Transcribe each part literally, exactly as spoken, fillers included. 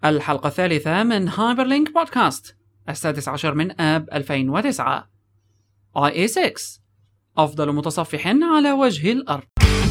الحلقة الثالثة من هايبرلينك بودكاست، السادس عشر من آب ألفين وتسعة. آي إيه ستة، أفضل متصفح على وجه الأرض.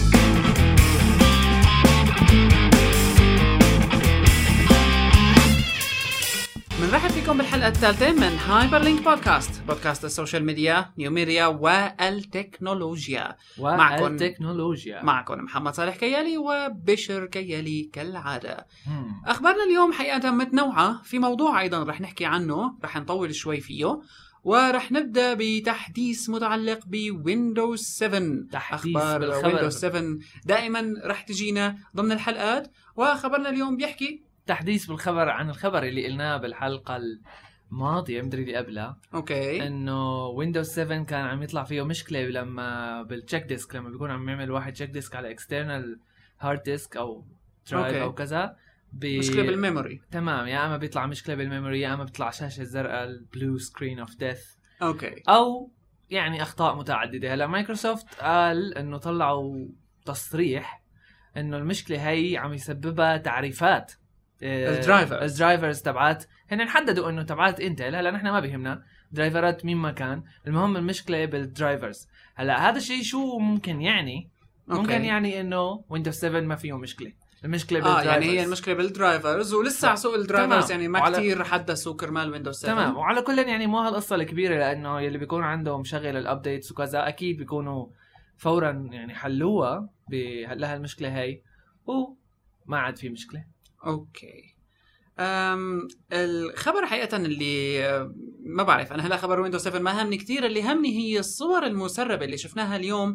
بنرحب فيكم بالحلقة الثالثة من هايبرلينك بودكاست، بودكاست السوشيال ميديا، نيوميديا والتكنولوجيا. والتكنولوجيا معكم محمد صالح كيالي وبشر كيالي كالعادة. أخبارنا اليوم حقيقة متنوعة، في موضوع أيضا رح نحكي عنه، رح نطول شوي فيه، ورح نبدأ بتحديث متعلق بويندوز سبعة. أخبار ويندوز سبعة دائما رح تجينا ضمن الحلقات، وخبرنا اليوم بيحكي تحديث بالخبر عن الخبر اللي قلناه بالحلقة الماضية مدري اللي قبلها. اوكي، انه ويندوز سبعة كان عم يطلع فيه مشكلة لما بالتشيك ديسك، لما بيكون عم يعمل واحد تشيك ديسك على اكسترنال هارد ديسك او درايف او كذا ب... مشكلة بالميموري. تمام، يا اما بيطلع مشكلة بالميموري، يا اما بيطلع شاشة زرقاء البلو سكرين اوف ديث. اوكي، او يعني اخطاء متعددة. هلا مايكروسوفت قال انه طلعوا تصريح انه المشكلة هي عم يسببها تعريفات الدرايفرز الدرايفرز تبعات، هن نحددوا انه تبعات انتل. هلا نحن ما بيهمنا درايفرات مين ما كان، المهم المشكله بالدرايفرز. هلا هذا الشيء شو ممكن يعني؟ ممكن أوكي. يعني انه ويندوز سبعة ما فيه مشكله، المشكله بالدرايفرز. اه يعني هي المشكله بالدرايفرز، ولسه على سوق الدرايفرز يعني ما وعلى... كتير حدثوا كرمال ويندوز سبعة. تمام، وعلى كل يعني مو هالقصه الكبيره، لانه يلي بيكون عنده مشغل الابديتس وكذا اكيد بيكونوا فورا يعني حلوها بهالها المشكله هي، وما عاد في مشكله. اوكي، أم الخبر حقيقة اللي ما بعرف أنا، هلا خبر ويندوز سبعة ما همني كتير، اللي همني هي الصور المسربة اللي شفناها اليوم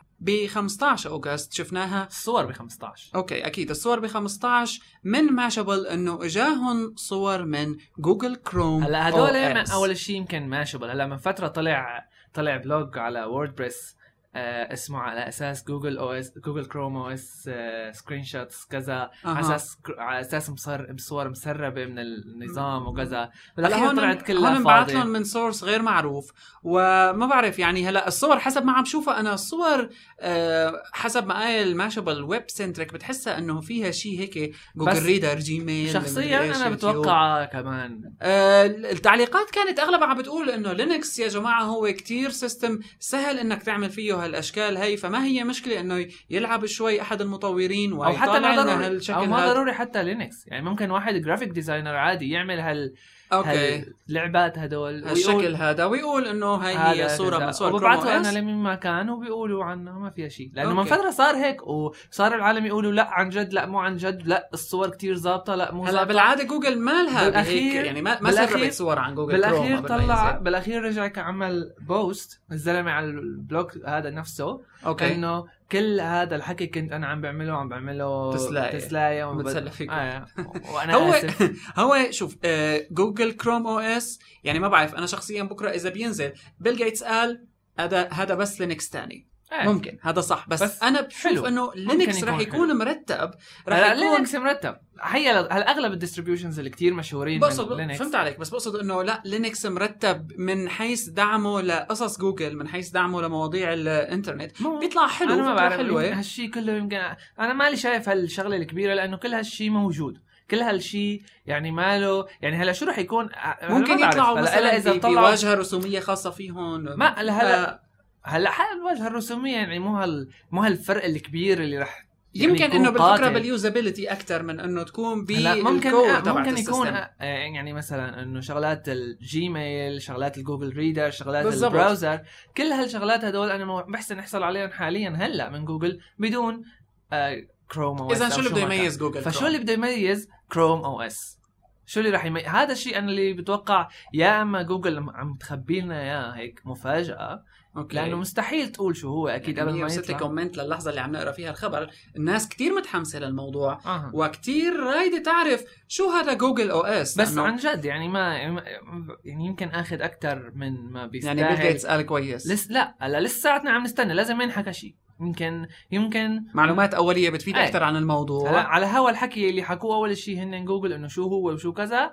ب خمسة عشر أغسطس. شفناها الصور ب خمسة عشر. أوكي أكيد الصور ب خمسة عشر من ماشابل، إنه إجاهم صور من جوجل كروم. هلا هدول أول شيء يمكن ماشابل. هلا من فترة طلع طلع بلوج على ووردبريس آه اسمه على اساس جوجل او اس جوجل كروم او اس آه سكرين شوتس كذا، أه. على اساس على اساس مصر بصور مسربه من النظام وكذا. بالاخير طلعت كلها فاضيه. هون بعت لهم من سورس غير معروف، وما بعرف يعني. هلا الصور حسب ما عم شوفها انا، الصور آه حسب ما قال ماشابل ويب سنتريك، بتحسها انه فيها شيء هيك جوجل ريدر جيميل. شخصيا انا بتوقع كمان آه التعليقات كانت اغلبها عم بتقول انه لينكس يا جماعه هو كتير سيستم سهل انك تعمل فيه هالاشكال هي، فما هي مشكله انه يلعب شوي احد المطورين ويطلع لنا هالشكل. او ما ضروري حتى لينكس، يعني ممكن واحد جرافيك ديزاينر عادي يعمل هال اوكي اللعبات هدول هالشكل هذا، ويقول انه هاي هي صوره من صور كروم او اس، انا لمين ما كان وبيقولوا عنها ما فيها شيء، لانه من فتره صار هيك وصار العالم يقولوا لا عن جد، لا مو عن جد، لا الصور كتير ظابطه، لا مو ظابطه. هلا بالعاده جوجل ما لها هيك يعني، ما ما سربت صور عن جوجل بالاخير كروم. طلع بالاخير رجع عمل بوست الزلمه على البلوج هذا نفسه، أوكي. انه كل هذا الحكي كنت انا عم بعمله عم بعمله تسلاية تسلاية وبتسلى فيكم. آه. وانا هو اسف. هو شوف آه جوجل كروم او اس يعني ما بعرف، انا شخصيا بكره اذا بينزل بيل جيتس قال هذا هذا بس لينكس تاني آه. ممكن هذا صح، بس, بس انا بشوف انه لينكس راح يكون حلو. مرتب راح يكون لينكس مرتب. هي اغلب الديستريبيوشنز اللي كتير مشهورين من لينكس. فهمت عليك، بس بقصد انه لا لينكس مرتب من حيث دعمه لقصص جوجل، من حيث دعمه لمواضيع الانترنت بيطلع حلو. انا ما بعرف هالشيء كله، يمكن انا مالي شايف هالشغله الكبيره، لانه كل هالشيء موجود، كل هالشيء يعني ماله يعني. هلا شو راح يكون ممكن يطلعوا مثلا اذا طلعوا واجهه رسوميه خاصه فيهم ما هلا هلا حال الواجهه الرسوميه يعني مو هال مو هالفرق الكبير اللي راح يعني يمكن انه بالفكره باليوزابيلتي اكثر من انه تكون بالكود تبع ممكن يكون يعني مثلا انه شغلات الجيميل، شغلات الجوجل ريدر، شغلات بالزبط. البراوزر، كل هالشغلات هدول انا بحسن نحصل عليهم حاليا هلا من جوجل بدون آه كروم او اس. اذا شو اللي بده يميز جوجل؟ فشو اللي بده يميز كروم او اس؟ شو اللي راح يميز هذا الشيء؟ انا اللي بتوقع يا اما جوجل عم تخبي لنا اياه هيك مفاجاه، أوكي. لانه مستحيل تقول شو هو اكيد يعني قبل ما يطلع. كومنت للحظه اللي عم نقرا فيها الخبر، الناس كتير متحمسه للموضوع أه. وكتير رايده تعرف شو هذا جوجل او اس، بس عن جد يعني ما يعني يمكن اخذ اكثر من ما بيستاهل. يعني بيل جيتس قال كويس لس لا هلا لساتنا عم نستنى، لازم ينحكى شيء، يمكن يمكن معلومات اوليه بتفيد اكثر عن الموضوع. هلا على هوا الحكي اللي حكوه اول شيء هن جوجل انه شو هو وشو كذا،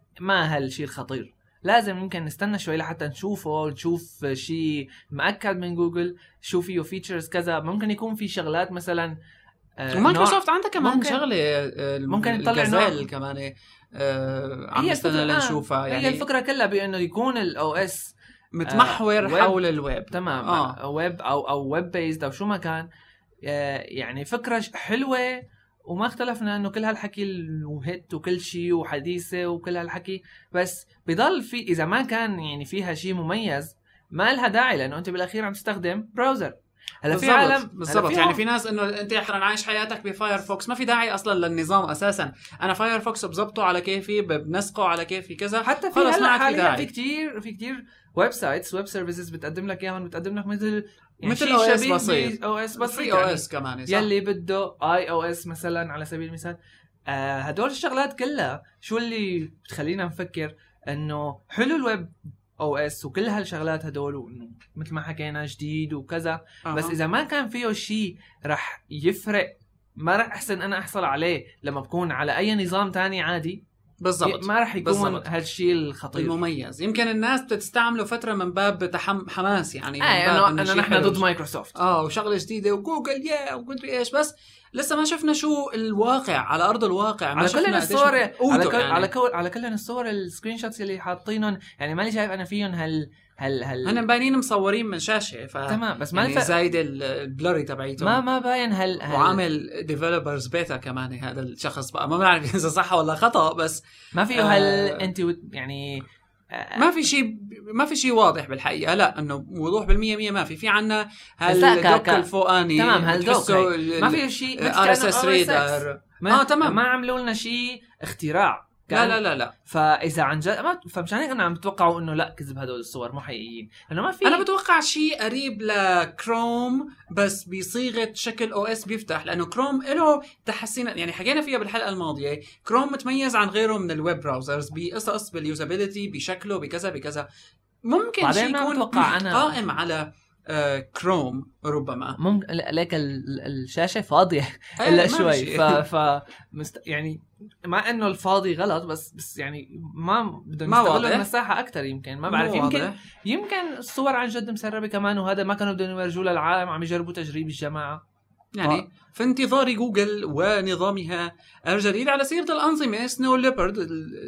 ما هالشيء الخطير. لازم يمكن نستنى شوي لحتى نشوفه ونشوف شيء مأكد من جوجل شو فيه فيتشرز كذا. ممكن يكون في شغلات مثلا ومايكروسوفت عندها كمان ممكن شغله ممكن يطلع الجزال كمان آه عم نستنى لنشوفها. يعني هي الفكره كلها بانه يكون الاو اس متمحور آه حول الويب. تمام. آه. ويب او او ويب بيزد او شو ما كان. آه يعني فكره حلوه، وما اختلفنا انه كل هالحكي الهيت وكل شيء وحديثه وكل هالحكي، بس بضل في اذا ما كان يعني فيها شيء مميز ما لها داعي، لانه انت بالاخير عم تستخدم براوزر. هلا في عالم بالضبط، يعني في ناس انه انت احنا عايش حياتك بفايرفوكس، ما في داعي اصلا للنظام اساسا. انا فايرفوكس بظبطه على كيفي، بنسقه على كيفي كذا، حتى في هلا حاليا في كتير في كتير ويب سايتس ويب سيرفيسز بتقدم لك اياها، بتقدم لك مثل يعني مثل او اس بسيط، او اس بسيط، فري او اس كمان يلي بده اي او اس مثلا على سبيل المثال. آه هدول الشغلات كلها شو اللي بتخلينا نفكر انه حلو الويب او اس وكل هالشغلات هدول، وانه مثل ما حكينا جديد وكذا. أه. بس اذا ما كان فيه شيء رح يفرق، ما رح احسن انا احصل عليه لما بكون على اي نظام تاني عادي. بالضبط، ما رح يكون هالشيء الخطير المميز. يمكن الناس بتستعمله فتره من باب تحم حماس، يعني آه انه انه نحن ضد مايكروسوفت اه وشغله جديده وجوجل يا ومدري ايش، بس لسه ما شفنا شو الواقع على ارض الواقع. ما على كل الصور على كل يعني. على كل على كل الصور السكرين شوتس اللي حاطينهم، يعني مالي شايف انا فيهم هال هل هل هن مبينين مصورين من شاشه ف تمام، بس ما يعني الف... زايد البلوري تبعيته ما ما باين هل, هل... وعامل ديفلوبرز بيتا كمان هذا الشخص بقى، ما بعرف اذا صح ولا خطا، بس ما فيه هل آه... انت يعني آه... ما في شيء ما في شيء واضح بالحقيقه. لا انه وضوح بالمية مية ما في في عنا هالدوك الفوقاني تمام، هالدوك ما في شيء ار اس اس ريدر اه تمام، ما عملوا لنا شيء اختراع. لا لا لا لا فاذا عن جد ما فمشان هيك انا عم بتوقعوا انه لا كذب هدول الصور مو حقيقيين، لانه ما في. انا بتوقع شيء قريب لكروم بس بصيغه شكل او اس بيفتح، لانه كروم له تحسينات يعني حكينا فيها بالحلقه الماضيه. كروم متميز عن غيره من الويب براوزرز بقصص باليوزابيلتي بشكله بكذا بكذا. ممكن شيء يكون قائم على آه كروم ربما ممكن لك الشاشه فاضيه الا شوي ف ف مست... يعني مع انه الفاضي غلط، بس بس يعني ما بدهم يستغلوا المساحه اكثر. يمكن ما بعرف، يمكن واضح. يمكن الصور عن جد مسربه كمان، وهذا ما كانوا بدهم يورجوه للعالم، عم يجربوا تجريب الجماعه يعني. ف... في انتظار جوجل ونظامها الجديد. على سيره الانظمه، سنو ليبرد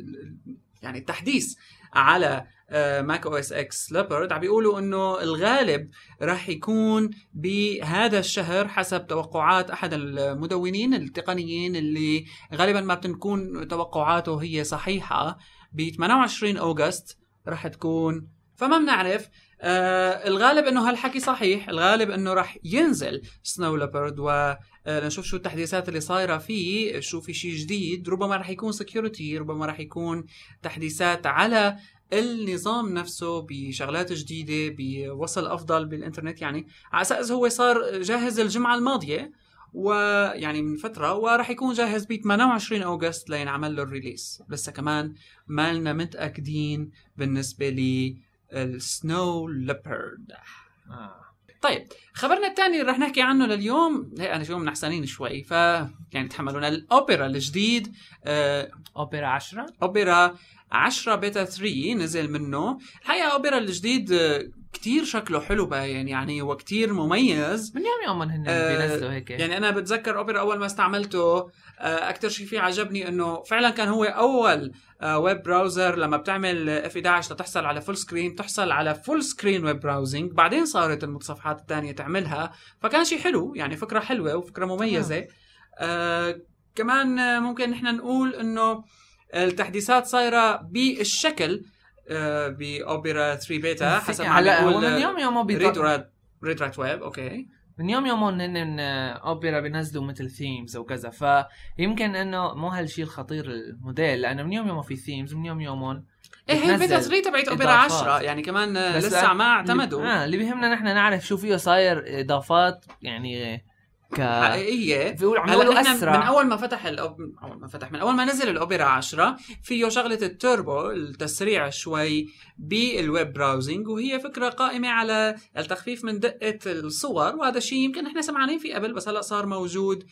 يعني التحديث على ماك او اس اكس ليبرد عم بيقولوا انه الغالب راح يكون بهذا الشهر حسب توقعات احد المدونين التقنيين اللي غالبا ما بتكون توقعاته هي صحيحه. ب ثمانية وعشرين أغسطس راح تكون، فما بنعرف. آه الغالب انه هالحكي صحيح، الغالب انه راح ينزل سنو ليبرد ونشوف شو التحديثات اللي صايره فيه، شو في شيء جديد. ربما راح يكون سكيورتي، ربما راح يكون تحديثات على النظام نفسه بشغلات جديدة بوصل أفضل بالإنترنت. يعني على أساس هو صار جاهز الجمعة الماضية ويعني من فترة، وراح يكون جاهز ب ثمانية وعشرين أغسطس لينعمل له الريليس. لسه كمان ما لنا متأكدين بالنسبة للسنو ليبرد. آه. طيب خبرنا الثاني اللي رح نحكي عنه لليوم، هي أنا شو نحسنين شوي ف يعني تحملونا. الأوبرا الجديد، آه أوبرا عشرة أوبرا عشرة بيتا ثلاثة نزل منه. الحقيقة أوبرا الجديد كتير شكله حلو باين، يعني هو كتير مميز. من يوم يوم هن آه بينزلوا هيك. يعني أنا بتذكر أوبرا أول ما استعملته، آه أكتر شيء فيه عجبني أنه فعلا كان هو أول آه ويب براوزر لما بتعمل اف احد عشر لتحصل على فول سكرين، تحصل على فول سكرين ويب براوزنج. بعدين صارت المتصفحات الثانية تعملها، فكان شيء حلو، يعني فكرة حلوة وفكرة مميزة. آه كمان ممكن نحن نقول أنه التحديثات صايرة بالشكل آه بأوبرا ثلاثة بيتا حسب ما بيقول من يوم يوم ريد ريد رات ويب. اوكي من يوم يومون هن اوبرا بينزلوا مثل ثيمز وكذا، فيمكن انه مو هالشيء الخطير الموديل، لانه من يوم يوم في ثيمز، من يوم يومون ايه هي بيتا ثلاثة تبعت اوبرا عشرة، يعني كمان لسه ما اعتمدوا. اه اللي بيهمنا نحن نعرف شو فيه صاير اضافات يعني حقيقية. هلا احنا من اول ما فتح الأوب... اول ما فتح من اول ما نزل الاوبرا عشرة فيه شغلة التوربو، التسريع شوي بالويب براوزنج، وهي فكرة قائمة على التخفيف من دقة الصور، وهذا الشيء يمكن احنا سمعناه فيه قبل، بس هلا صار موجود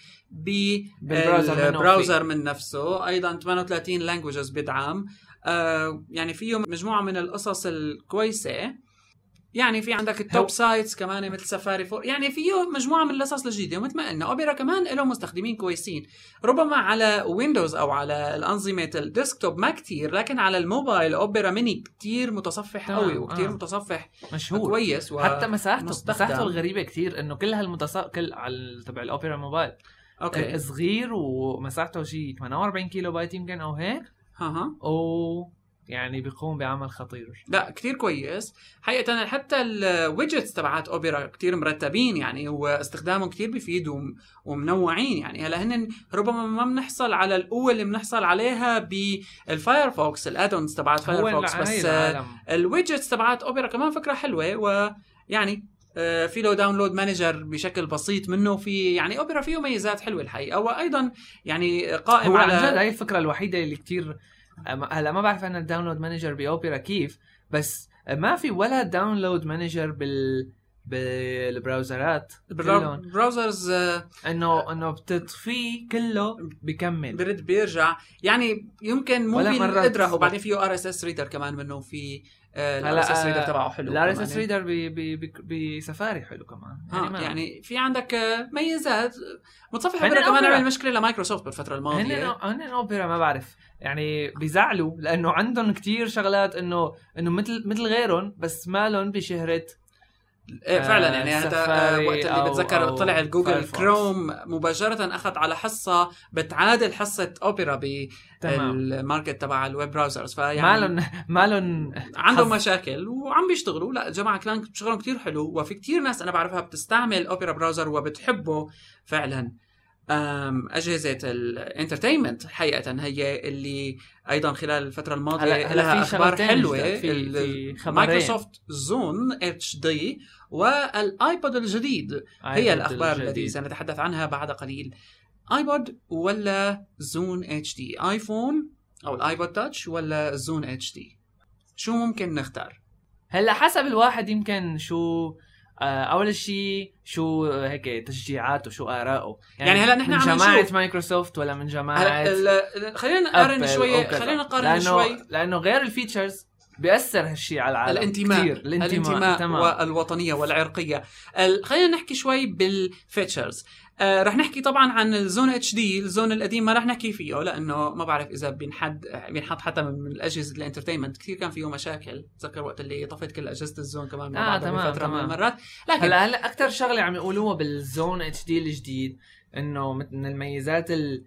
بالبراوزر من نفسه. ايضا ثمانية وثلاثين لانجويجز بيدعم. آه يعني فيه مجموعة من القصص الكويسة. يعني في عندك التوب سايتس كمان مثل سفاري فور، يعني فيه مجموعة من القصص الجديدة. ومثل ما قلنا أوبرا كمان له مستخدمين كويسين، ربما على ويندوز أو على الأنظمة الديسكتوب ما كتير، لكن على الموبايل أوبرا ميني كتير متصفح قوي وكتير آه. متصفح مشهور كويس، حتى مساحته مساحته الغريبة كتير، إنه كل هالمتصفح كل على تبع الأوبرا موبايل أوكي. صغير ومساحته شيء ثمانية وأربعين كيلو بايت يمكن أو هيك. ها ها أو يعني بيقوم بعمل خطير. لا كتير كويس حقيقة. حتى الويدجتس تبعات أوبرا كتير مرتبين يعني، واستخدامهم كتير بيفيد ومنوعين يعني. هلا هن ربما ما بنحصل على القوة اللي بنحصل عليها بالفايرفوكس الادونز تبعات فايرفوكس، بس الويدجتس تبعات أوبرا كمان فكرة حلوة. ويعني في له داونلود مانجر بشكل بسيط منه، في يعني أوبرا فيه ميزات حلوة الحقيقة. وأيضا يعني قائم على هاي الفكرة الوحيدة اللي كتير هلا ما بعرف أنا الداونلود مانجر بأوبرا كيف، بس ما في ولا داونلود مانجر بال بالبراوزرات البراوزرز انه انه بتطفيه كله بكمل برد بيرجع يعني. يمكن مو بالقدره، وبعدين فيه ار اس اس ريدر كمان منه، في الار اس اس ريدر تبعه حلو. الار اس اس ريدر بسفاري حلو كمان يعني, آه يعني في عندك ميزات. متصفح اوبرا كمان عمل مشكله لمايكروسوفت بالفتره الماضيه. هن اوبرا ما بعرف يعني بيزعلوا لانه عندهم كتير شغلات انه انه مثل مثل غيرهم، بس مالهم بشهره. إيه فعلا يعني هذا وقت اللي بتذكر طلع الجوجل كروم مباشرة أخذ على حصة بتعادل حصة أوبرا بالماركت تبع الويب براوزرز. فيعني مالن مالن عندهم مشاكل وعم بيشتغلوا. لا جماعة كلام شغلهم كتير حلو، وفي كتير ناس أنا بعرفها بتستعمل أوبرا براوزر وبتحبه فعلا. أجهزة الانترتينمنت حقيقة هي اللي أيضا خلال الفترة الماضية لها أخبار حلوة. في في مايكروسوفت زون اتش دي والآيبود الجديد هي الأخبار التي سنتحدث عنها بعد قليل. آيبود ولا زون اتش دي؟ آيفون أو الآيبود تاتش ولا زون اتش دي؟ شو ممكن نختار؟ هلا حسب الواحد يمكن شو اول شيء شو هيك تشجيعاته شو آراءه يعني, يعني هلا نحن من جماعه مايكروسوفت ولا من جماعه. خلينا نقارن شويه خلينا نقارن لأنه شوي لانه غير الفيتشرز بيأثر هالشيء على العالم. الانتماء كتير. الانتماء, الانتماء والوطنيه والعرقيه. خلينا نحكي شوي بالفيتشرز. آه رح نحكي طبعا عن الزون اتش دي. الزون القديم ما رح نحكي فيه لانه ما بعرف اذا بينحد بينحط حتى من الاجهزه الانترتينمنت كثير كان فيه مشاكل. تذكر وقت اللي طفت كل اجهزه الزون كمان آه بعد فتره من المرات. لكن هلا هلا اكثر شغله عم يقولوها بالزون اتش دي الجديد انه من الميزات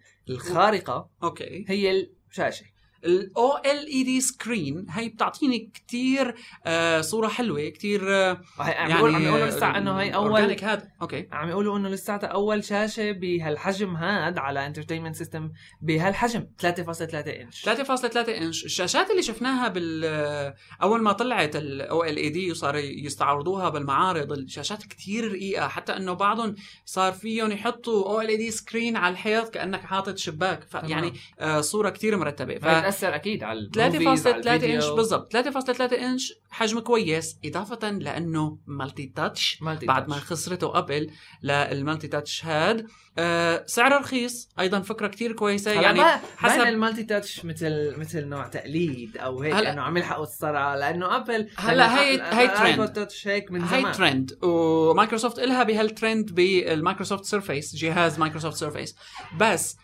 الخارقه اوكي هي الشاشه ال أو إل إي دي سكرين. هي بتعطيني كتير آه صورة حلوة كتير. آه يعني عم يقولوا لسه انه هي اول هاد. اوكي عم يقولوا انه لسه اول شاشة بهالحجم هاد على انترتينمنت سيستم بهالحجم ثلاثة فاصلة ثلاثة انش. ثلاثة فاصلة ثلاثة انش. الشاشات اللي شفناها بال اول ما طلعت ال أو إل إي دي وصار يستعرضوها بالمعارض، الشاشات كتير رقيقة، حتى انه بعضهم صار فيهم يحطوا أو إل إي دي سكرين على الحيط كأنك حاطط شباك. يعني آه صورة كتير مرتبة. ف أثر أكيد على ثلاثة فاصلة ثلاثة إنش بالضبط. ثلاثة فاصلة ثلاثة إنش حجم كويس، إضافة لأنه مالتي تاتش بعد ما خسرته قبل للمالتي تاتش هاد. أه سعره رخيص أيضا، فكرة كتير كويسة. يعني حسب المالتي تاتش مثل مثل نوع تقليد أو هيك إنه عم يلحقوا الصراع، لأنه أبل هلا هي هي ترند هيك من زمان. هي ترند ومايكروسوفت إلها بهالترند بالمايكروسوفت سيرفيس، جهاز مايكروسوفت سيرفيس. بس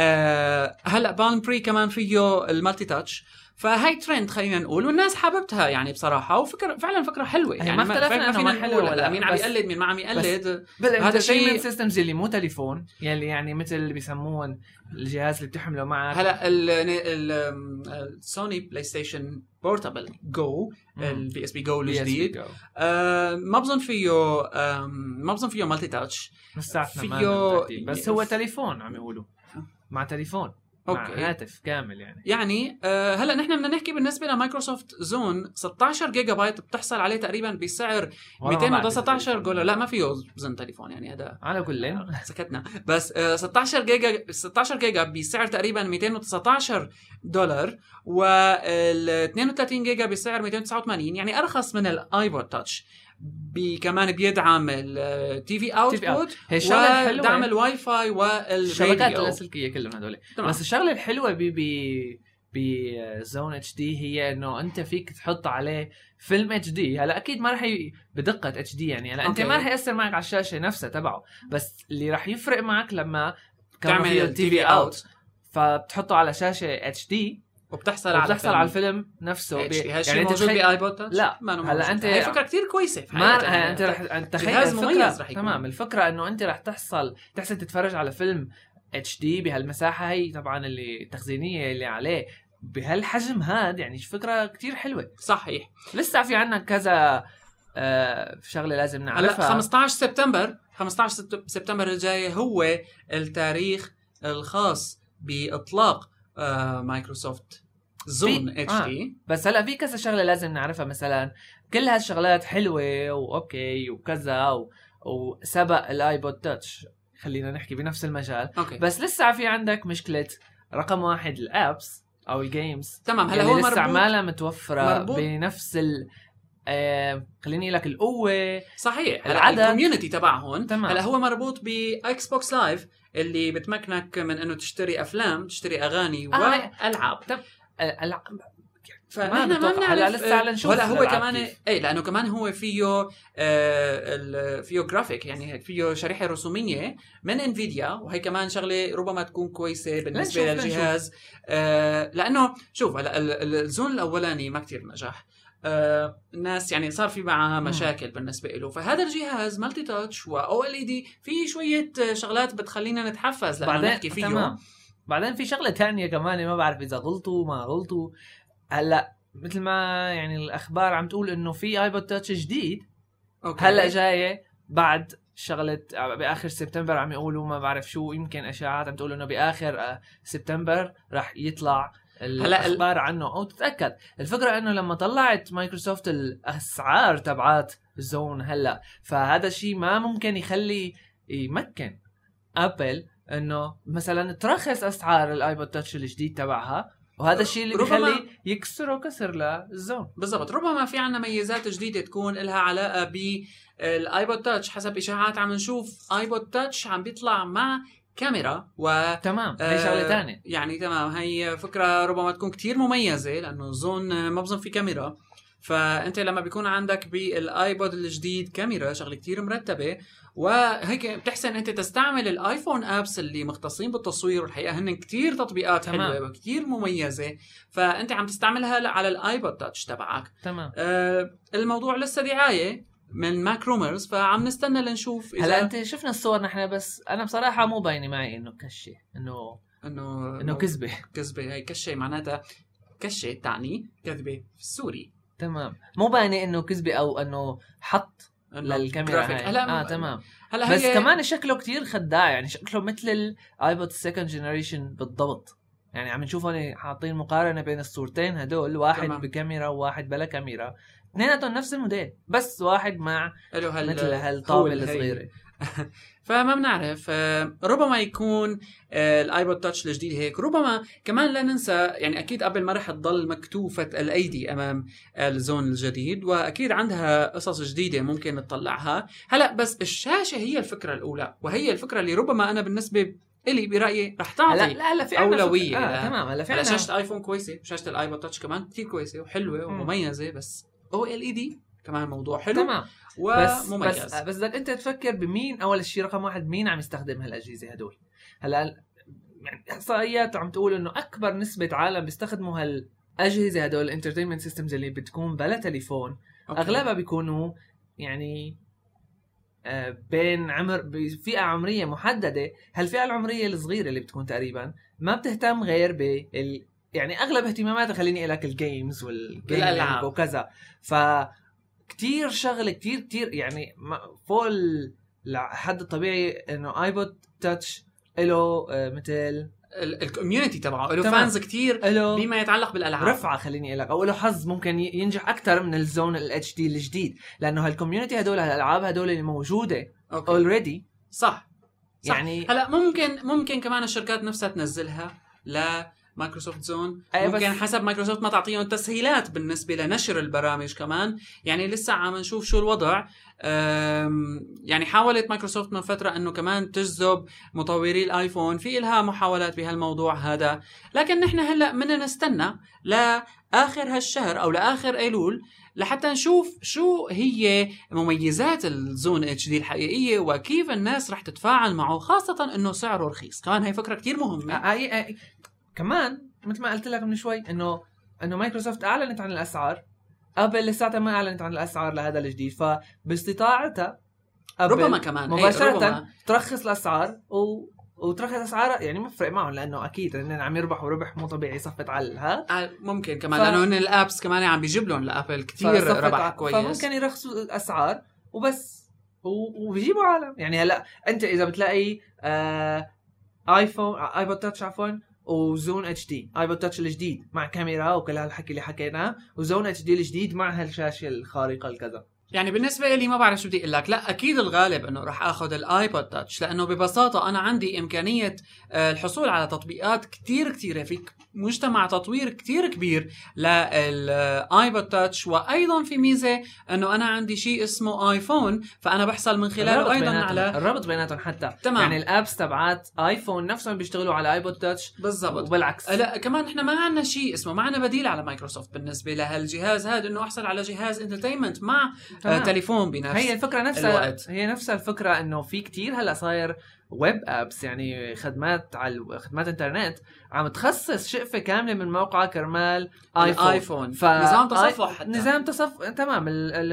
أه هلا بالم بري كمان فيه المالتي تاتش، فهي ترند خلينا نقول، والناس حاببتها يعني بصراحه. وفكره فعلا فكره حلوه يعني. ما اختلفنا انه ما حلوه ولا مين عم يقلد مين ما عم يقلد. هذا شيء سيستمز اللي مو تليفون يلي يعني مثل اللي بيسموهم الجهاز اللي بتحمله معك. هلا السوني بلاي ستيشن بورتابل جو البي اس بي جو الجديد آه ما بظن فيه آه ما بظن فيه مالتي تاتش فيه، بس هو تليفون عم يقولوا مع تليفون مع أوكي. هاتف كامل يعني. يعني آه هلا نحن بدنا نحكي بالنسبه لمايكروسوفت زون ستة عشر جيجا بايت بتحصل عليه تقريبا بسعر مئتين وتسعة عشر دولار. لا ما فيه زن تليفون يعني هذا على كل سكتنا. بس آه ستة عشر جيجا ستة عشر جيجا بسعر تقريبا مئتين وتسعة عشر دولار، وال اثنين وثلاثين جيجا بسعر مئتين وتسعة وثمانين، يعني ارخص من الايبود تاتش. بي كمان بيدعم التي في اوتبوت ودعم الواي فاي والشبكات اللاسلكيه كلهم هذول. بس الشغله الحلوه بي بي بزون اتش دي هي انه انت فيك تحط عليه فيلم اتش دي. هلا اكيد ما رح ي... بدقه اتش دي يعني هلا انت ما رح ياثر معك على الشاشه نفسها تبعه، بس اللي رح يفرق معك لما تعمل التي في اوت فبتحطه على شاشه اتش دي وبتحصل على وبتحصل على الفيلم نفسه. بي... يعني انت موجود بايبود تاتش؟ لا هلا انت هي فكره كثير كويسه ما انت رح تخيل الفكره تمام. الفكره انه انت رح تحصل تحسن تتفرج على فيلم اتش دي بهالمساحه هي طبعا اللي التخزينيه اللي عليه بهالحجم هاد، يعني فكره كتير حلوه. صحيح. لسه في عنا كذا آه شغله لازم نعرفها. خمسة عشر سبتمبر خمسة عشر سبتمبر الجاي هو التاريخ الخاص باطلاق آه مايكروسوفت زون اتش دي. آه. بس هلا في كذا شغله لازم نعرفها، مثلا كل هالشغلات حلوه واوكي وكذا و... وسبق الايبود تاتش، خلينا نحكي بنفس المجال. أوكي. بس لسه في عندك مشكله رقم واحد الابس او الجيمز. تمام. هلا هو لسه عمالها متوفره مربوط. بنفس ال آه خليني لك القوه. صحيح. العدد الكوميونتي تبعهم. هلا هو مربوط باكس بوكس لايف اللي بتمكنك من انه تشتري افلام، تشتري اغاني آه والعاب. طب العاب فنحن ما بنعرف لسه على نشوف. ولا هو كمان اي لانه كمان هو فيه آه فيه جرافيك، يعني فيه شريحه رسوميه من انفيديا، وهي كمان شغله ربما تكون كويسه بالنسبه للجهاز. آه لانه شوف هلا الزون الاولاني ما كتير نجح. آه الناس يعني صار في معها مشاكل م. بالنسبه له، فهذا الجهاز مالتي تاتش واو ال اي دي في شويه شغلات بتخلينا نتحفز لانه نحكي فيه. تمام. بعدين في شغله تانية كمان ما بعرف اذا غلطوا ما غلطوا. هلا مثل ما يعني الاخبار عم تقول انه في ايبود تاتش جديد. أوكي. هلا جايه بعد شغله باخر سبتمبر، عم يقولوا ما بعرف شو، يمكن اشاعات عم تقول انه باخر سبتمبر راح يطلع الاخبار عنه او تتاكد. الفكره انه لما طلعت مايكروسوفت الاسعار تبعات زون هلا، فهذا الشيء ما ممكن يخلي يمكن ابل انه مثلا ترخص اسعار الايبود تاتش الجديد تبعها، وهذا الشيء اللي بيخلي يكسروا كسر للزون. بالضبط. ربما في عنا ميزات جديدة تكون لها علاقة بالايبود تاتش. حسب إشاعات عم نشوف ايبود تاتش عم بيطلع مع كاميرا و تمام. هي شغلة تانية يعني. تمام. هي فكرة ربما تكون كتير مميزة لأنه زون ما بظن في كاميرا، فأنت لما بيكون عندك بالايبود الجديد كاميرا شغلة كتير مرتبة، وهيك بتحسن انت تستعمل الايفون ابس اللي مختصين بالتصوير، والحقيقه هن كتير تطبيقات حلوه وكتير مميزه، فانت عم تستعملها على الايبود تاتش تبعك. تمام. آه الموضوع لسه دعايه من ماك رومرز، فعم نستنى لنشوف اذا هلا انت شفنا الصور نحن، بس انا بصراحه مو باينه معي انه كشه انه انه انه كذبه كذبه. هي كشه معناتها كشه تعني كذبه في السوري. تمام. مو باينه انه كذبه او انه حط للكاميرا هاي. هلا اه تمام. هلا بس كمان شكله كتير خداع، يعني شكله مثل الايبود سكند جنريشن بالضبط. يعني عم نشوف هون حاطين مقارنه بين الصورتين هدول، واحد تمام. بكاميرا وواحد بلا كاميرا، اثنيناتهم نفس الموديل بس واحد مع هل... مثل هالطاوله الصغيره. فما بنعرف. ربما يكون الايبود تاتش الجديد هيك، ربما كمان لا ننسى يعني اكيد ابل ما رح تضل مكتوفه الايدي امام الزون الجديد، واكيد عندها قصص جديده ممكن نطلعها. هلا بس الشاشه هي الفكره الاولى، وهي الفكره اللي ربما انا بالنسبه إلي برايي رح تعطي لا لا لا في اولويه. آه تمام. هلا في شاشه ايفون كويسه، وشاشه الايبود تاتش كمان كثير كويسه وحلوه ومميزه، بس او ال اي دي كمان موضوع حلو تمام ومميز. بس بس بدك انت تفكر بمين اول شيء. رقم واحد، مين عم يستخدم هالاجهزه هدول؟ هلا يعني احصائيات عم تقول انه اكبر نسبه عالم بيستخدموا هالاجهزه هدول الانترتينمنت سيستمز اللي بتكون بلا تليفون. أوكي. اغلبها بيكونوا يعني آه بين عمر بفئه عمريه محدده. هالفئه العمريه الصغيره اللي بتكون تقريبا ما بتهتم غير بال يعني اغلب اهتماماتها خليني اقول لك الجيمز والالعاب وكذا. ف كتير شغله كتير كتير يعني فوق الحد الطبيعي انه ايبود تاتش له مثل الكوميونتي تبعه له فانز كتير بما يتعلق بالالعاب، رفعه خليني اقول لك، او له حظ ممكن ينجح اكثر من الزون الاتش دي الجديد، لانه هالكوميونتي هدول الالعاب هدول اللي موجوده اوريدي. صح. يعني هلا ممكن ممكن كمان الشركات نفسها تنزلها ل مايكروسوفت زون. أي ممكن بس- حسب مايكروسوفت ما تعطيهم تسهيلات بالنسبة لنشر البرامج كمان. يعني لسه عم نشوف شو الوضع. أم، يعني حاولت مايكروسوفت من فترة أنه كمان تجذب مطوري الآيفون، في إلها محاولات بهالموضوع هذا. لكن نحن هلأ بدنا نستنى لآخر هالشهر أو لآخر أيلول لحتى نشوف شو هي مميزات الزون اتش دي الحقيقية وكيف الناس رح تتفاعل معه، خاصة انه سعره رخيص. كمان هي فكرة كتير مهمة. أي أي كمان مثل ما قلت لك من شوي انه انه مايكروسوفت اعلنت عن الاسعار، ابل لساتها ما اعلنت عن الاسعار لهذا الجديد، فباستطاعتها ربما كمان مباشرة ربما. ترخص الاسعار و... وترخص اسعارها. يعني ما فرق معهم لانه اكيد انهم عم يربحوا ربح مو طبيعي صفت على هذا. ممكن كمان ف... لانه هن الابس كمان عم بيجيب لهم لابل كثير ربح ع... كويس، فممكن يرخصوا الاسعار وبس و... وبيجيبوا عالم. يعني هلا انت اذا بتلاقي آه... ايفون ايبود تاتش عفوا وزون اتش دي، ايبود تاتش الجديد مع كاميرا وكل هالحكي اللي حكيناه، وزون اتش دي الجديد مع هالشاشه الخارقه الكذا. يعني بالنسبة لي ما بعرف شو بدي اقول لك. لا اكيد الغالب انه راح اخذ الايبود تاتش، لانه ببساطة انا عندي امكانية الحصول على تطبيقات كتير كتيرة في مجتمع تطوير كتير كبير للايبود تاتش. وايضا في ميزة انه انا عندي شيء اسمه ايفون، فانا بحصل من خلاله ايضا على الربط بيناتهم حتى. تمام. يعني الابس تبعات ايفون نفسهم بيشتغلوا على ايبود تاتش بالضبط وبالعكس. لا كمان احنا ما عندنا شيء اسمه، ما عندنا بديل على مايكروسوفت بالنسبة لهالجهاز هذا، انه احصل على جهاز انترتينمنت مع آه تليفون بنفس هي الفكرة نفسها الوقت. هي نفسها الفكرة انه في كتير هلا صاير ويب ابس، يعني خدمات على خدمات انترنت عم تخصص شقفة كاملة من موقع كرمال ايفون, آيفون. ف... نظام تصفح حتى. نظام تصفح تمام.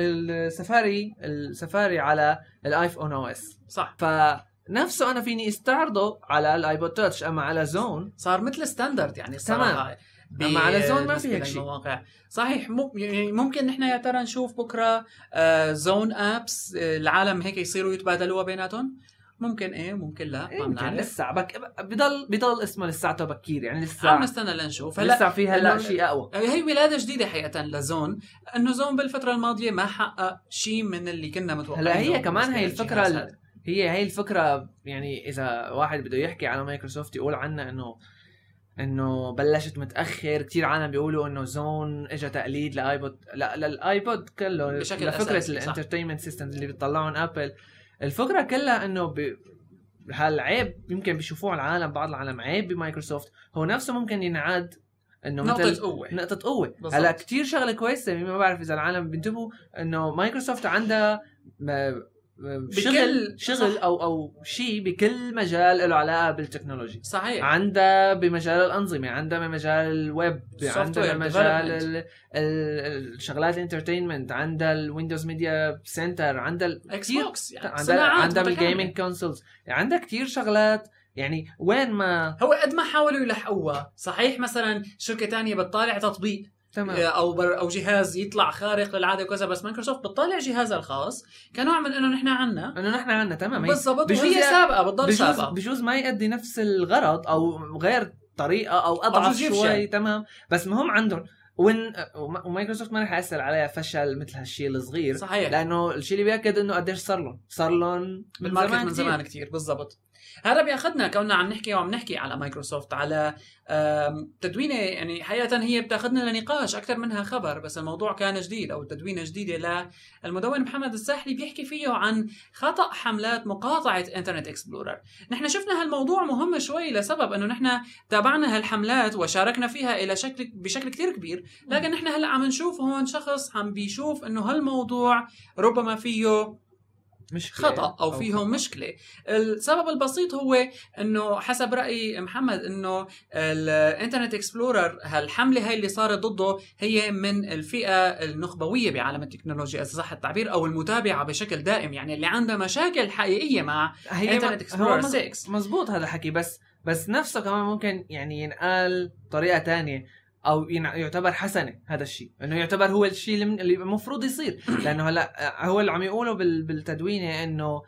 السفاري السفاري على الايفون او اس صح. فنفسه انا فيني استعرضه على الايبود تاتش، اما على زون صار مثل ستاندرد يعني الصراحة. اما على زون ما في هيك شيء. صحيح. ممكن نحن يا ترى نشوف بكره آه زون ابس آه العالم هيك يصيروا يتبادلوها بيناتهم. ممكن ايه ممكن لا، إيه ما بنعرف. لسه بك... بضل بضل اسمه لساته بكير، يعني لسه عم نستنى لنشوف. هلا لسه في هلا شيء اقوى. هي ولاده جديده حقيقه لزون، انه زون بالفتره الماضيه ما حقق شيء من اللي كنا متوقعين. هلا هي كمان هي الفكره ال... هي هي الفكره. يعني اذا واحد بده يحكي على مايكروسوفت يقول عنها انه انه بلشت متاخر. كتير عالم بيقولوا انه زون اجى تقليد لايبود، لا للايبود كله لفكره الانترتينمنت سيستمز اللي بيطلعون ابل. الفكره كلها انه ب... هالعيب يمكن بيشوفوه العالم، بعض العالم عيب بمايكروسوفت هو نفسه ممكن ينعاد انه نقطة قوة. نقطة قوة. هلا كتير شغلة كويسة، ما بعرف اذا العالم بينتبهوا انه مايكروسوفت عندها شغل شغل صح. او او شيء بكل مجال له علاقه بالتكنولوجي. صحيح. عندها بمجال الانظمه، عندها بمجال الويب، عندها بمجال الشغلات الانترتينمنت، عندها الويندوز ميديا سنتر، عندها اكس بوكس، يعني عندها عندها بالجيمنج كونسولز، يعني عندها كتير شغلات. يعني وين ما هو قد ما حاولوا يلحقوها. صحيح مثلا شركه تانية بتطالع تطبيق تمام. او بر او جهاز يطلع خارق للعاده وكذا، بس مايكروسوفت بتطالع جهازها الخاص كنوع من انه نحن عنا انه نحن عنا تمام بالضبط، وهي سابقه بتضل سابقه. بجوز ما يؤدي نفس الغرض او غير طريقه او اضعف شوي تمام، بس مهم عندهم. وين ومايكروسوفت ما رح يأثر عليها فشل مثل هالشيء الصغير. صحيح. لانه الشيء اللي بيأكد انه قديش صار لهم صار لهم بالماركت من زمان كتير. بالضبط. هذا بياخذنا كوننا عم نحكي وعم نحكي على مايكروسوفت على تدوينه. يعني حقيقة هي بتاخذنا لنقاش أكثر منها خبر، بس الموضوع كان جديد أو تدوينة جديدة. للمدون محمد الساحلي بيحكي فيه عن خطأ حملات مقاطعة إنترنت إكسبلورر. نحن شفنا هالموضوع مهم شوي لسبب أنه نحن تابعنا هالحملات وشاركنا فيها إلى شكل بشكل كتير كبير، لكن نحن هلأ عم نشوف هون شخص عم بيشوف أنه هالموضوع ربما فيه مشكلة خطأ أو فيهم مشكلة. السبب البسيط هو أنه حسب رأي محمد أنه الانترنت اكسبلورر هالحملة هاي اللي صارت ضده هي من الفئة النخبوية بعالم التكنولوجيا إذا صح التعبير، أو المتابعة بشكل دائم، يعني اللي عنده مشاكل حقيقية مع انترنت اكسبلورر ستة. مزبوط هذا الحكي، بس بس نفسه كمان ممكن يعني ينقال طريقة تانية او يعتبر حسنه. هذا الشيء انه يعتبر هو الشيء اللي المفروض يصير، لانه هلا هو اللي عم يقولوا بالتدوينه انه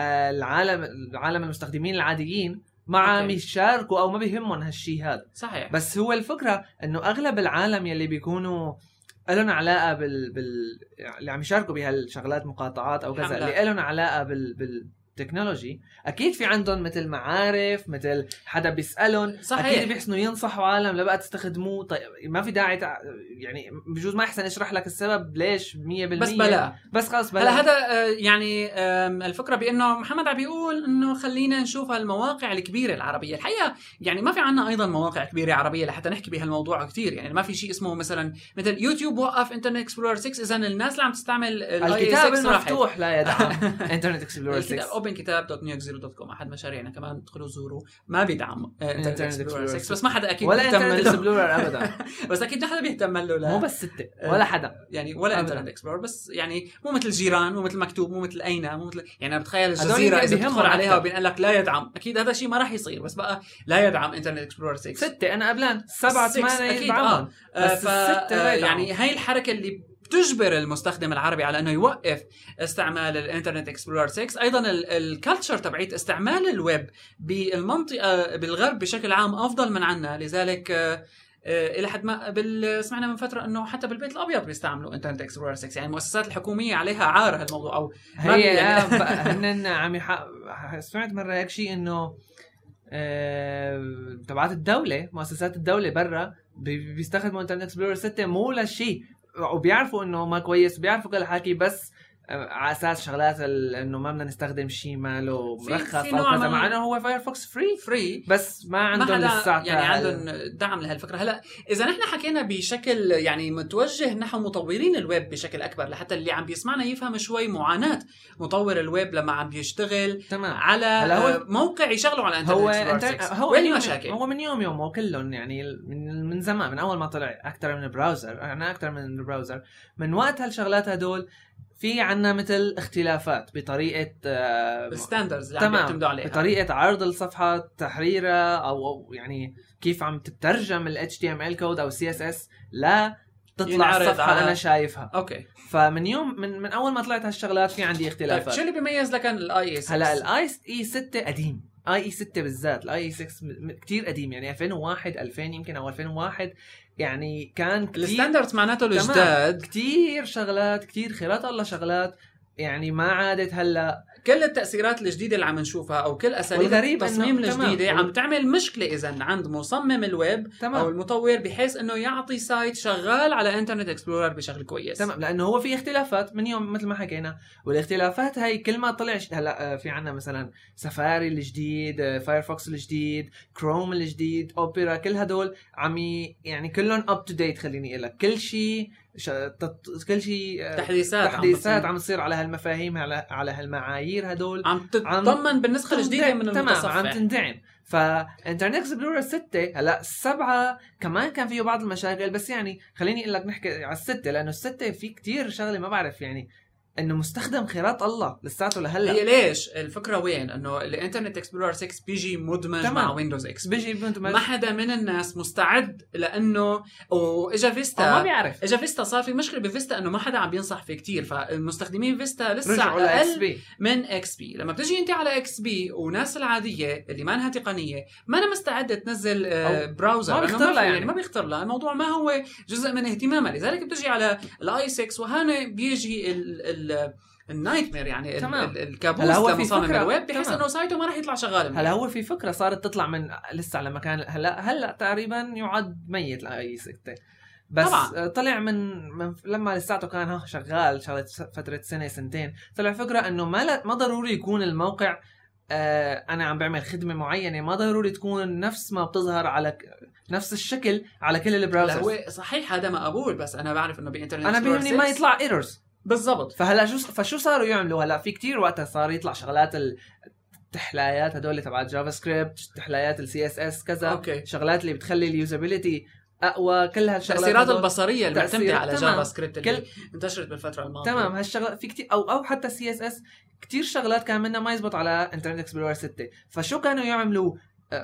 العالم العالم المستخدمين العاديين ما عم يشاركوا او ما بيهمهم هالشيء هذا. صحيح. بس هو الفكره انه اغلب العالم يلي بيكونوا لهم علاقه بال, بال... اللي عم يشاركوا بهالشغلات مقاطعات او كذا، اللي لهم علاقه بال, بال... تكنولوجي اكيد في عندهم مثل معارف، مثل حدا بيسالهم، اكيد بيحسنوا ينصحوا عالم لبقى تستخدموه. طيب ما في داعي تع... يعني بجوز ما احسن اشرح لك السبب ليش مية بالمية، بس بلا بس خلص بلا. هلا هذا يعني الفكره بانه محمد عم بيقول انه خلينا نشوف المواقع الكبيره العربيه. الحقيقه يعني ما في عندنا ايضا مواقع كبيره عربيه لحتى نحكي بهالموضوع كتير. يعني ما في شيء اسمه مثلا مثل يوتيوب وقف انترنت اكسبلورر ستة، اذا الناس اللي عم تستعمل الكتاب المفتوح لا يدعم انترنت اكسبلورر ستة. اوبن كتاب دوت نيو زيرو دوت كوم احد مشاريعنا كمان، ادخلوا زوروا، ما بيدعم انترنت اكسبلورر ستة، بس ما حدا اكيد ولا انترنت اكسبلورر ابدا بس اكيد ما حدا بيهتم له، لا مو بس ستة ولا حدا يعني ولا انترنت اكسبلورر، بس يعني مو مثل جيران، مو مثل مكتوب، مو مثل اين، مو مثل يعني انا بتخيل الجزيره اذا بتدخل عليها وبينقال لك لا يدعم، اكيد هذا شيء ما راح يصير. بس بقى لا يدعم انترنت اكسبلورر ستة ستة انا قبلان سبعة ثمانية يدعمون، بس ستة يعني هاي الحركه اللي بتجبر المستخدم العربي على انه يوقف استعمال الانترنت اكسبلورر ستة. ايضا الكالتشر تبعيت استعمال الويب بالمنطقه بالغرب بشكل عام افضل من عنا، لذلك الى حد ما بال... سمعنا من فتره انه حتى بالبيت الابيض بيستعملوا انترنت اكسبلورر ستة، يعني المؤسسات الحكوميه عليها عار هالموضوع. او هي يعني هن عم يح... سمعت مره هيك شيء انه أه... تبعات الدوله، مؤسسات الدوله برا بي... بيستخدموا انترنت اكسبلورر ستة مو لشيء، وبيعرفوا انه ما كويس، بيعرفوا كل حكي، بس على اساس شغلات انه ما بدنا نستخدم شيء ماله مرخص او كذا، مع انه هو فايرفوكس فري فري بس ما عندهم لسه يعني عندهم دعم لهالفكره. هلا اذا نحن حكينا بشكل يعني متوجه نحو مطورين الويب بشكل اكبر، لحتى اللي عم بيسمعنا يفهم شوي معاناه مطور الويب لما عم بيشتغل تمام. على هو موقع يشغلوا على انترنت هو انت هو وين المشاكل؟ هو من يوم يوم وكلهم يعني من من زمان، من اول ما طلع اكثر من براوزر، انا اكثر من براوزر من وقت هالشغلات هدول في عنا مثل اختلافات بطريقة الستاندرز اللي عم بيعتمدوا عليها، بطريقة عرض الصفحة، تحريرها، أو يعني كيف عم تترجم ال إتش تي إم إل كود أو سي إس إس لا تطلع الصفحة على... أنا شايفها. أوكي. فمن يوم من من أول ما طلعت هالشغلات في عندي اختلافات. طيب شو اللي بيميز لك الآي إي ستة؟ هلا الآي إي ستة قديم، آي إي ستة بالذات الآي إي ستة كتير قديم، يعني ألفين وواحد ألفين يمكن أو ألفين وواحد، يعني كان كتير الستاندرد معناته الجداد، كتير شغلات كتير خيرات الله شغلات يعني ما عادت. هلا كل التأثيرات الجديدة اللي عم نشوفها أو كل أساليب التصميم الجديدة عم تعمل مشكلة إذن عند مصمم الويب تمام. أو المطور، بحيث إنه يعطي سايت شغال على إنترنت إكسبلورر بشكل كويس. تمام، لأنه هو في اختلافات من يوم مثل ما حكينا، والاختلافات هاي كل ما طلع هلا في عنا مثلا سفاري الجديد، فايرفوكس الجديد، كروم الجديد، أوبرا، كل هدول عم يعني كلهم أب تو ديت. خليني أقول لك كل شيء ش... تط... كل شيء تحديثات تحديثات عم تصير على هالمفاهيم، على على هالمعايير هدول عم تتضمن بالنسخه الجديده من المتصفح، عم تندعم. فانترنت اكسبلورر ستة هلا السبعة كمان كان فيه بعض المشاكل، بس يعني خليني اقول لك نحكي على الستة، لانه الستة في كتير شغله ما بعرف يعني انه مستخدم خيرات الله لساته لهلا. هي ليش الفكره وين؟ انه الانترنت اكسبلورر ستة بيجي مدمج تمام. مع ويندوز اكس بي، بيجي مدمج. ما حدا من الناس مستعد لانه واجا فيستا ما بيعرف، اجا فيستا صار في مشكله بفيستا انه ما حدا عم بينصح فيه كتير، فالمستخدمين فيستا لسه اقل من اكس بي. لما بتجي انت على اكس بي وناس العاديه اللي ما لها تقنيه ما انا مستعده تنزل براوزر، ما بيختار لها يعني. يعني ما بيختار لها، الموضوع ما هو جزء من اهتمامها، لذلك بتجي على الاي ستة وهنا بيجي ال ال النايتمير يعني ال الكابوس لمصمم الويب، بحيث انه سايته ما راح يطلع شغال. هلا هو في فكره صارت تطلع من لسه على مكان هلا هلا تقريبا يعد ميت الاي ستة، بس طبعا. طلع من, من لما لساته كان ها شغال شغله فتره سنه سنتين، طلع فكره انه ما لا ما ضروري يكون الموقع آه انا عم بعمل خدمه معينه، ما ضروري تكون نفس ما بتظهر على نفس الشكل على كل البراوزرز. هو صحيح هذا ما اقول، بس انا بعرف انه بانترنت انا بيهمني ما يطلع ايرورز بالضبط. فهلا شو فشو صاروا يعملوا هلا؟ في كتير وقتها صار يطلع شغلات التحلايات هدول تبع جافا سكريبت، تحلايات السي اس اس كذا أوكي. شغلات اللي بتخلي اليوزابيلتي اقوى، كل هالشغلات التأثيرات البصريه اللي معتمده على تمام. جافا سكريبت اللي كل... انتشرت بالفتره الماضيه. تمام، هالشغلات في كتير، او او حتى السي اس اس كتير شغلات كان منها ما يزبط على انترنت اكسبلورر ستة. فشو كانوا يعملوا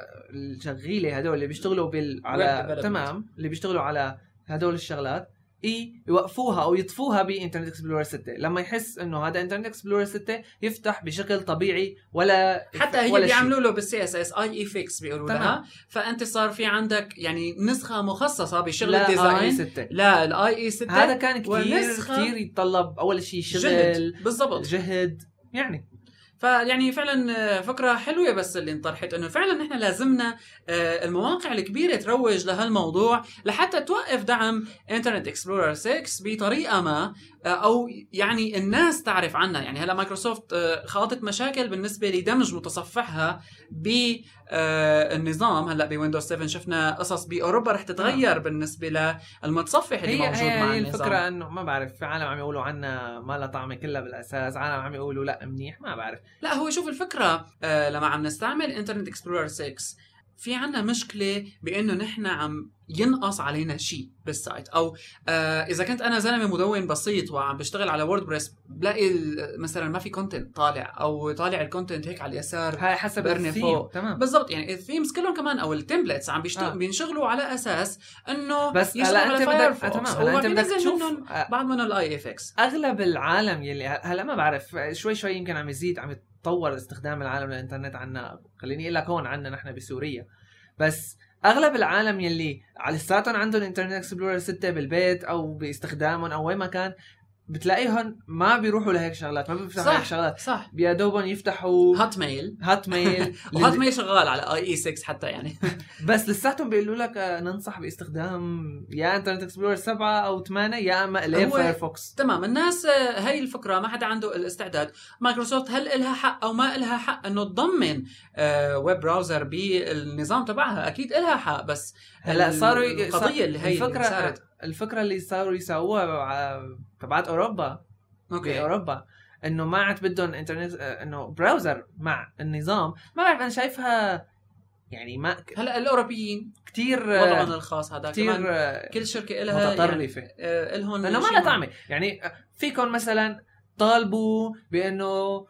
الشغيله هدول اللي بيشتغلوا بال على تمام اللي بيشتغلوا على هدول الشغلات اي يوقفوها او يطفوها بانترنت اكسبلورر ستة، لما يحس انه هذا انترنت اكسبلورر ستة يفتح بشكل طبيعي ولا حتى هي بيعملوا له بالسي اس اس اي اي فيكس بيقولوا لها، فانت صار في عندك يعني نسخه مخصصه بشغل الديزاين. لا الاي اي ستة هذا كان كثير كثير يتطلب اول شيء شغل جهد بالضبط جهد يعني. فيعني فعلا فكرة حلوة بس اللي انطرحت انه فعلا نحن لازمنا المواقع الكبيرة تروج لهالموضوع لحتى توقف دعم انترنت اكسبلورر ستة بطريقة ما، او يعني الناس تعرف عنها. يعني هلا مايكروسوفت خاضت مشاكل بالنسبة لدمج متصفحها بالنظام. هلا بويندوز سبعة شفنا قصص باوروبا رح تتغير بالنسبة للمتصفح اللي هي موجود هي مع هي النظام. الفكرة انه ما بعرف، في عالم عم يقولوا عنا ما لها طعمة كلها بالاساس، عالم عم يقولوا لا منيح، ما بعرف. لا هو شوف الفكرة آه لما عم نستعمل انترنت اكسبلورر ستة في عنا مشكلة بانه نحن عم ينقص علينا شيء بالسايت، او آه اذا كنت انا زلمه مدون بسيط وعم بشتغل على ووردبريس بلاقي مثلا ما في كونتنت طالع، او طالع الكونتنت هيك على اليسار هاي حسب الثيم. تمام بالضبط. يعني الثيمز كلهم كمان او التمبلتس عم بيشتغل آه. بينشغلوا على اساس انه بس يشتغلوا على فايرفوكس، تمام انت بدك تشوف بعض منهم الاي اف اكس. اغلب العالم يلي هلا ما بعرف شوي شوي يمكن عم يزيد، عم يتطور استخدام العالم للانترنت عنا. خليني اقول لك هون عنا نحن بسوريا، بس اغلب العالم يلي على لساتهم عندهم انترنت اكسبلورر ستة بالبيت او باستخدامهم او وين ما كان، بتلاقيهم ما بيروحوا لهيك شغلات، ما بيفتحوا هيك شغلات، صح بيادوبهم يفتحوا هات ميل هات ميل وهات ميل شغال على اي اي ستة حتى يعني بس لساتهم بيقولوا لك ننصح باستخدام يا انترنت اكسبلورر سبعة او ثمانية يا اما ليه فايرفوكس. تمام الناس هاي الفكره ما حدا عنده الاستعداد. مايكروسوفت هل إلها حق او ما إلها حق انه تضمن ويب براوزر بالنظام تبعها؟ اكيد إلها حق، بس هلا صاروا القضيه اللي هي الفكره اللي صارت الفكره اللي صاروا يسووها تبعت اوروبا اوكي اوروبا انه ما عاد بدهم انترنت انه براوزر مع النظام. ما بعرف انا شايفها يعني ما ك... هلا الاوروبيين كتير وضعهم الخاص هذا كتير كمان كل شركه لها متطرفه يعني آه لهم لانه ما لها طعمه. يعني فيكم مثلا طالبوا بانه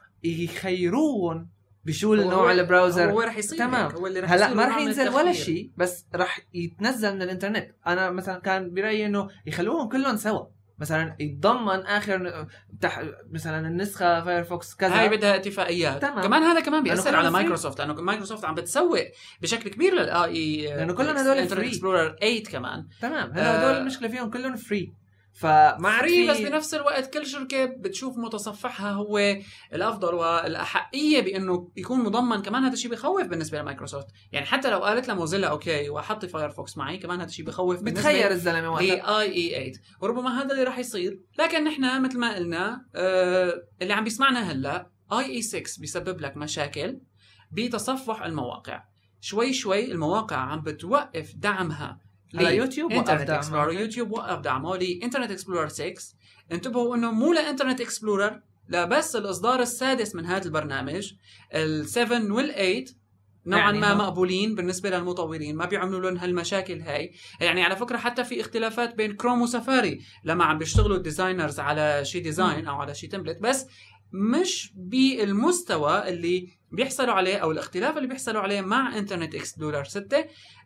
يخيرون بشو النوع البراوزر، هو رح يصير تمام. هلا ما رح ينزل ولا شيء، بس رح يتنزل من الانترنت. انا مثلا كان برايي انه يخلوهم كلهم سوا، مثلا يتضمن اخر تح... مثلا النسخه فايرفوكس كذا، هاي بدها اتفاقيات. تمام. كمان هذا كمان بيأثر على مايكروسوفت، لانه مايكروسوفت عم بتسوق بشكل كبير للاي لانه كلهم هذول انترنت اكسبلورر ثمانية كمان. تمام هلا هذول آه المشكله فيهم كلهم فري، فما فري بس بنفس الوقت كل شركة بتشوف متصفحها هو الأفضل والأحقية بأنه يكون مضمن. كمان هذا الشيء بيخوف بالنسبة لمايكروسوفت. يعني حتى لو قالت لموزيلا أوكي وحطي فايرفوكس معي، كمان هذا الشيء بيخوف بتخير الزلمة وقتها ل آي إي ثمانية، وربما هذا اللي راح يصير. لكن نحن مثل ما قلنا آه اللي عم بيسمعنا هلا آي إي ستة بيسبب لك مشاكل بتصفح المواقع. شوي شوي المواقع عم بتوقف دعمها على يوتيوب انترنت اكسبلورر. يوتيوب وقف دعمه لانترنت اكسبلورر ستة. انتبهوا انه مو لانترنت اكسبلورر، لا بس الاصدار السادس من هذا البرنامج السبعة والثمانية نوعا يعني ما مقبولين بالنسبه للمطورين، ما بيعملوا لهم هالمشاكل هاي. يعني على فكره حتى في اختلافات بين كروم وسفاري لما عم بيشتغلوا الديزاينرز على شي ديزاين او على شي تمبلت، بس مش بالمستوى اللي بيحصلوا عليه او الاختلاف اللي بيحصلوا عليه مع انترنت اكسبلورر ستة.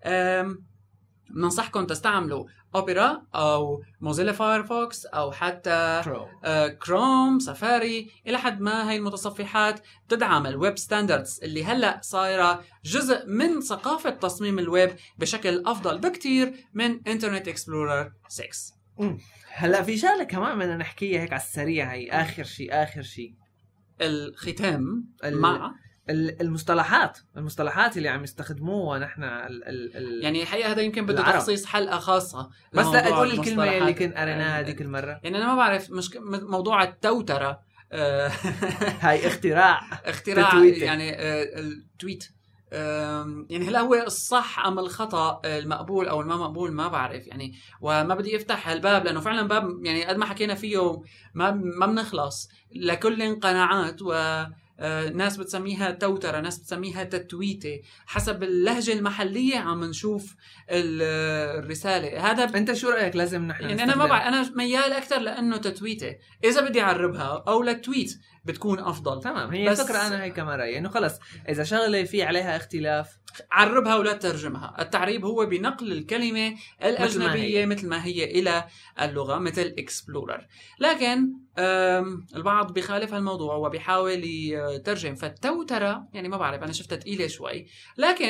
ننصحكم تستعملوا اوبرا او موزيلا فايرفوكس او حتى كروم, آه كروم سفاري، الى حد ما هاي المتصفحات تدعم الويب ستاندردز اللي هلا صايره جزء من ثقافه تصميم الويب بشكل افضل بكتير من انترنت اكسبلورر ستة. امم هلا في شغله كمان بدنا نحكيها هيك على السريع، هي اخر شيء اخر شيء الختام ال... مع المصطلحات المصطلحات اللي عم يستخدموها نحن ال ال ال يعني الحقيقه هذا يمكن بده تخصيص حلقه خاصه. بس لا تقول الكلمه اللي كنت قريناها هذيك المره. يعني انا ما بعرف مش موضوع التوتره هاي اختراع اختراع يعني التويت يعني هلا هو الصح ام الخطا المقبول او الما مقبول ما بعرف يعني. وما بدي افتح هالباب لانه فعلا باب يعني قد ما حكينا فيه ما ما بنخلص. لكل قناعات، و آه، ناس بتسميها توترة، ناس بتسميها تتويتة، حسب اللهجة المحلية عم نشوف الرسالة. هذا ب... انت شو رأيك لازم نحن يعني انا ما بعرف، انا ميال اكثر لانه تتويتة. اذا بدي اعربها او لتويت بتكون افضل. تمام هي بس... فكرة انا هي كمان رأيي انه خلص اذا شغلة في عليها اختلاف عربها ولا ترجمها. التعريب هو بنقل الكلمة الأجنبية مثل ما هي إلى اللغة مثل إكسبلورر. لكن البعض بيخالف هالموضوع وبيحاول يترجم. فالتوترة يعني ما بعرف، أنا شفتها تقيلة شوي. لكن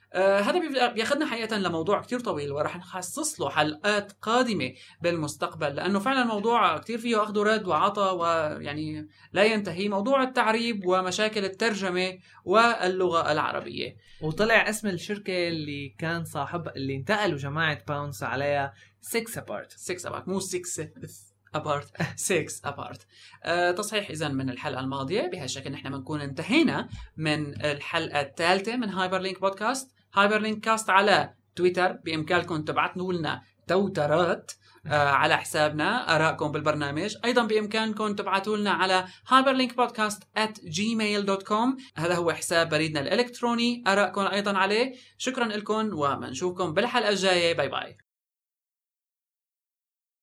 آه هذا بياخذنا حقيقة لموضوع كتير طويل ورح نخصص له حلقات قادمة بالمستقبل، لأنه فعلا الموضوع كتير فيه أخذ ورد وعطى ويعني لا ينتهي، موضوع التعريب ومشاكل الترجمة واللغة العربية. وطلع اسم الشركة اللي كان صاحب اللي انتقلوا جماعة باونس عليها six apart six apart مو six apart six apart. أه تصحيح إذن من الحلقة الماضية. بهالشكل نحن بنكون انتهينا من الحلقة الثالثة من هايبر لينك بودكاست. هايبر لينك كاست على تويتر، بإمكانكم تبعتوا لنا توترات آه على حسابنا آرائكم بالبرنامج. أيضا بإمكانكم تبعتوا لنا على hyperlinkpodcast at gmail dot com. هذا هو حساب بريدنا الإلكتروني، آرائكم أيضا عليه. شكرا لكم ومنشوفكم بالحلقة الجاية. باي باي.